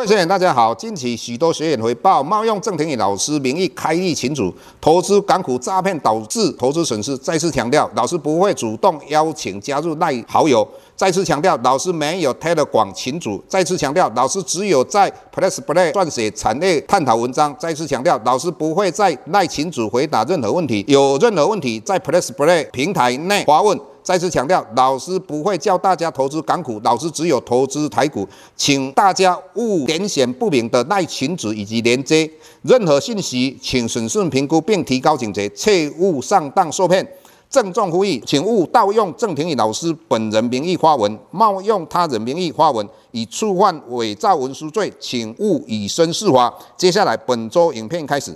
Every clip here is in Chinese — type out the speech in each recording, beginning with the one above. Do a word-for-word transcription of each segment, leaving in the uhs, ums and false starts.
学员大家好，近期许多学员回报冒用郑庭宇老师名义开立群组，投资港股诈骗导致投资损失。再次强调，老师不会主动邀请加入赖好友。再次强调，老师没有 Telegram 群组。再次强调，老师只有在 Plus Play 撰写产业探讨文章。再次强调，老师不会在赖群组回答任何问题，有任何问题在 Plus Play 平台内发问。再次强调，老师不会教大家投资港股，老师只有投资台股，请大家勿点选不明的赖群组以及连接，任何信息请审慎评估并提高警觉，切勿上当受骗。郑重呼吁，请勿盗用郑庭宇老师本人名义发文，冒用他人名义发文，以触犯伪造文书罪，请勿以身试法。接下来本周影片开始。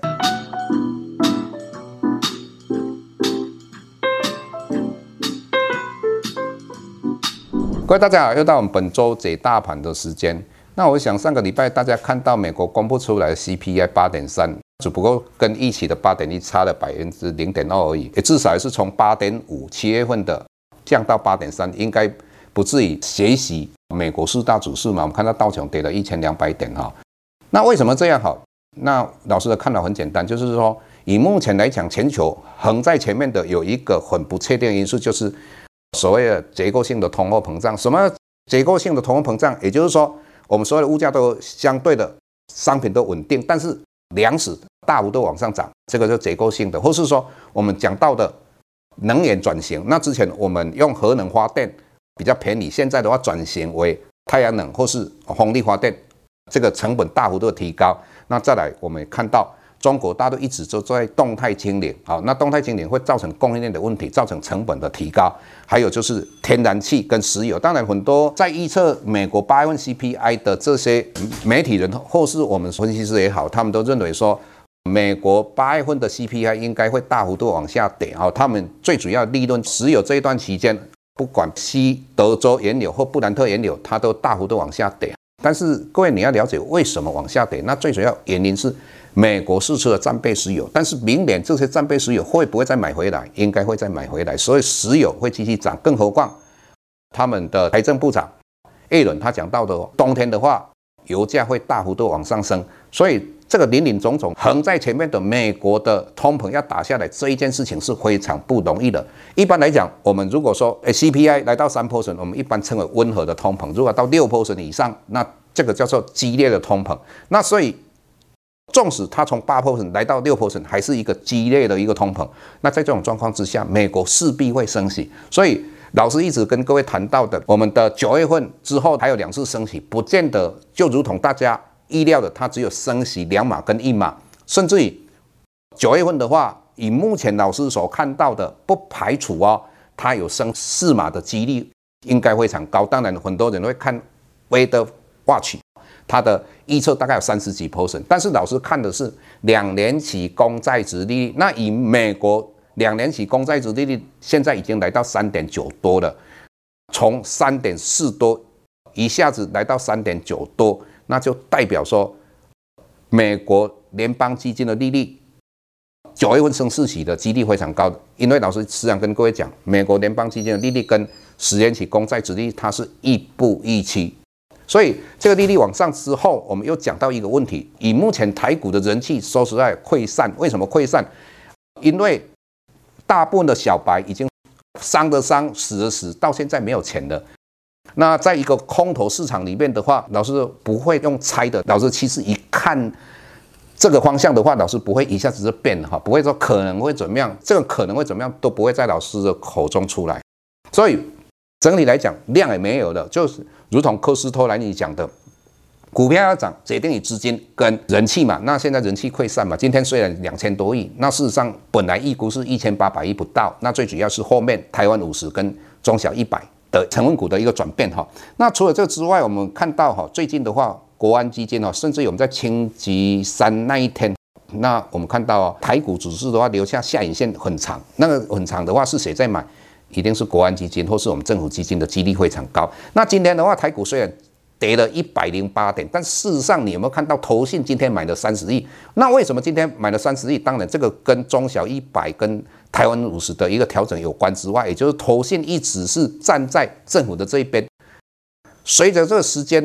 各位大家好，又到我们本周解大盘的时间。那我想上个礼拜大家看到美国公布出来的 C P I 八点三，只不过跟预期的八点一差了百分之零点二而已，也至少也是从八点五七月份的降到八点三，应该不至于学习美国四大指数嘛。我们看到道琼跌了一千两百点哈。那为什么这样好？那老师的看法很简单，就是说以目前来讲，全球横在前面的有一个很不确定因素，就是所谓的结构性的通货膨胀。什么结构性的通货膨胀？也就是说，我们所有的物价都相对的商品都稳定，但是粮食大幅度往上涨，这个就结构性的。或是说我们讲到的能源转型，那之前我们用核能发电比较便宜，现在的话转型为太阳能或是风力发电，这个成本大幅度的提高。那再来我们看到中国大陆一直都在动态清零，好，那动态清零会造成供应链的问题，造成成本的提高，还有就是天然气跟石油。当然，很多在预测美国八月份 C P I 的这些媒体人或是我们分析师也好，他们都认为说，美国八月份的 C P I 应该会大幅度往下跌啊。他们最主要利润，石油这一段期间，不管西德州原油或布兰特原油，它都大幅度往下跌。但是各位你要了解为什么往下跌，那最主要原因是美国释出了战备石油，但是明年这些战备石油会不会再买回来？应该会再买回来，所以石油会继续涨。更何况他们的财政部长耶伦他讲到的，冬天的话油价会大幅度往上升，所以这个林林总总横在前面的美国的通膨要打下来，这一件事情是非常不容易的。一般来讲，我们如果说 C P I 来到 百分之三， 我们一般称为温和的通膨，如果到 百分之六 以上，那这个叫做激烈的通膨。那所以纵使它从 百分之八 来到 百分之六， 还是一个激烈的一个通膨。那在这种状况之下，美国势必会升息。所以老师一直跟各位谈到的，我们的九月份之后还有两次升息，不见得就如同大家意料的，它只有升息两码跟一码，甚至于九月份的话，以目前老师所看到的，不排除哦，它有升四码的几率应该非常高。当然，很多人会看威德 Watch， 它的预测大概有三十几 percent， 但是老师看的是两年期公债殖利率。那以美国两年期公债殖利率现在已经来到 三点九 多了，从 三点四 多一下子来到 三点九 多。那就代表说，美国联邦基金的利率九月份升四期的几率非常高的，因为老师时常跟各位讲，美国联邦基金的利率跟十年期公债殖利率它是亦步亦趋，所以这个利率往上之后，我们又讲到一个问题，以目前台股的人气说实在溃散，为什么溃散？因为大部分的小白已经伤的伤，死的死，到现在没有钱了。那在一个空头市场里面的话，老师不会用猜的，老师其实一看这个方向的话，老师不会一下子就变了哈，不会说可能会怎么样，这个可能会怎么样都不会在老师的口中出来。所以整体来讲，量也没有了，就是如同科斯托兰尼讲的，股票要涨，决定于资金跟人气嘛。那现在人气溃散嘛，今天虽然两千多亿，那事实上本来预估是一千八百亿不到，那最主要是后面台湾五十跟中小一百的成分股的一个转变哈。那除了这之外，我们看到哈，最近的话，国安基金哈，甚至于我们在星期三那一天，那我们看到台股指数的话，留下下影线很长，那个很长的话是谁在买？一定是国安基金或是我们政府基金的几率非常高。那今天的话，台股虽然跌了一百零八点，但事实上你有没有看到投信今天买了三十亿？那为什么今天买了三十亿？当然这个跟中小一百跟台湾五十的一个调整有关之外，也就是投信一直是站在政府的这一边。随着这个时间的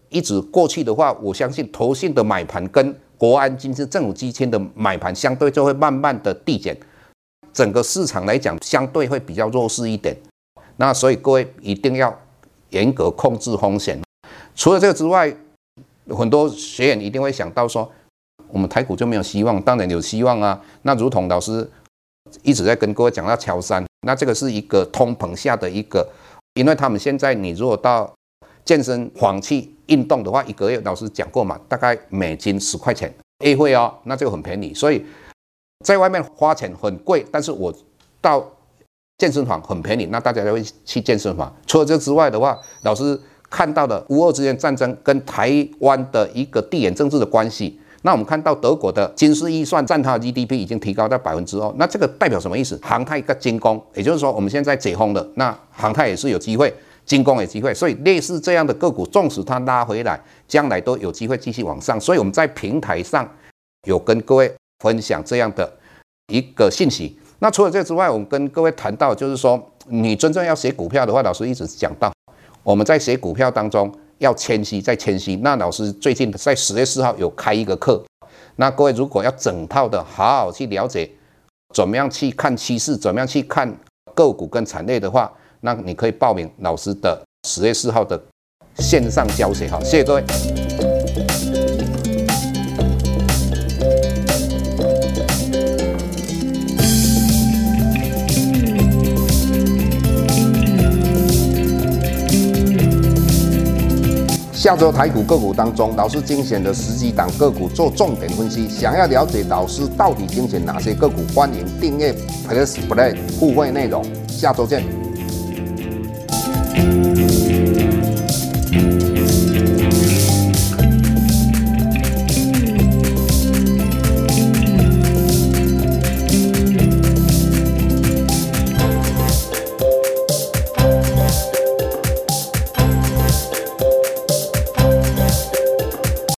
一直过去的话，我相信投信的买盘跟国安基金、政府基金的买盘相对就会慢慢的递减，整个市场来讲相对会比较弱势一点。那所以各位一定要严格控制风险。除了这个之外，很多学员一定会想到说，我们台股就没有希望？当然有希望啊。那如同老师一直在跟各位讲到乔山，那这个是一个通膨下的一个，因为他们现在你如果到健身房去运动的话，一个月老师讲过嘛，大概美金十块钱 A 会哦，那这个很便宜。所以在外面花钱很贵，但是我到健身房很便宜，那大家就会去健身房。除了这之外的话，老师看到的乌俄之间战争跟台湾的一个地缘政治的关系，那我们看到德国的军事预算占它的 G D P 已经提高到百分之二，那这个代表什么意思？航太跟军工，也就是说我们现在解封了，那航太也是有机会，军工有机会，所以类似这样的个股，纵使它拉回来，将来都有机会继续往上。所以我们在平台上有跟各位分享这样的一个信息。那除了这之外，我们跟各位谈到，就是说，你真正要写股票的话，老师一直讲到，我们在写股票当中要谦虚，再谦虚。那老师最近在十月四号有开一个课，那各位如果要整套的好好去了解，怎么样去看趋势，怎么样去看个股跟产业的话，那你可以报名老师的十月四号的线上教学。好，谢谢各位。下周台股个股当中，老师精选的十几档个股做重点分析。想要了解老师到底精选哪些个股，欢迎订阅 Plus Play 互惠内容。下周见。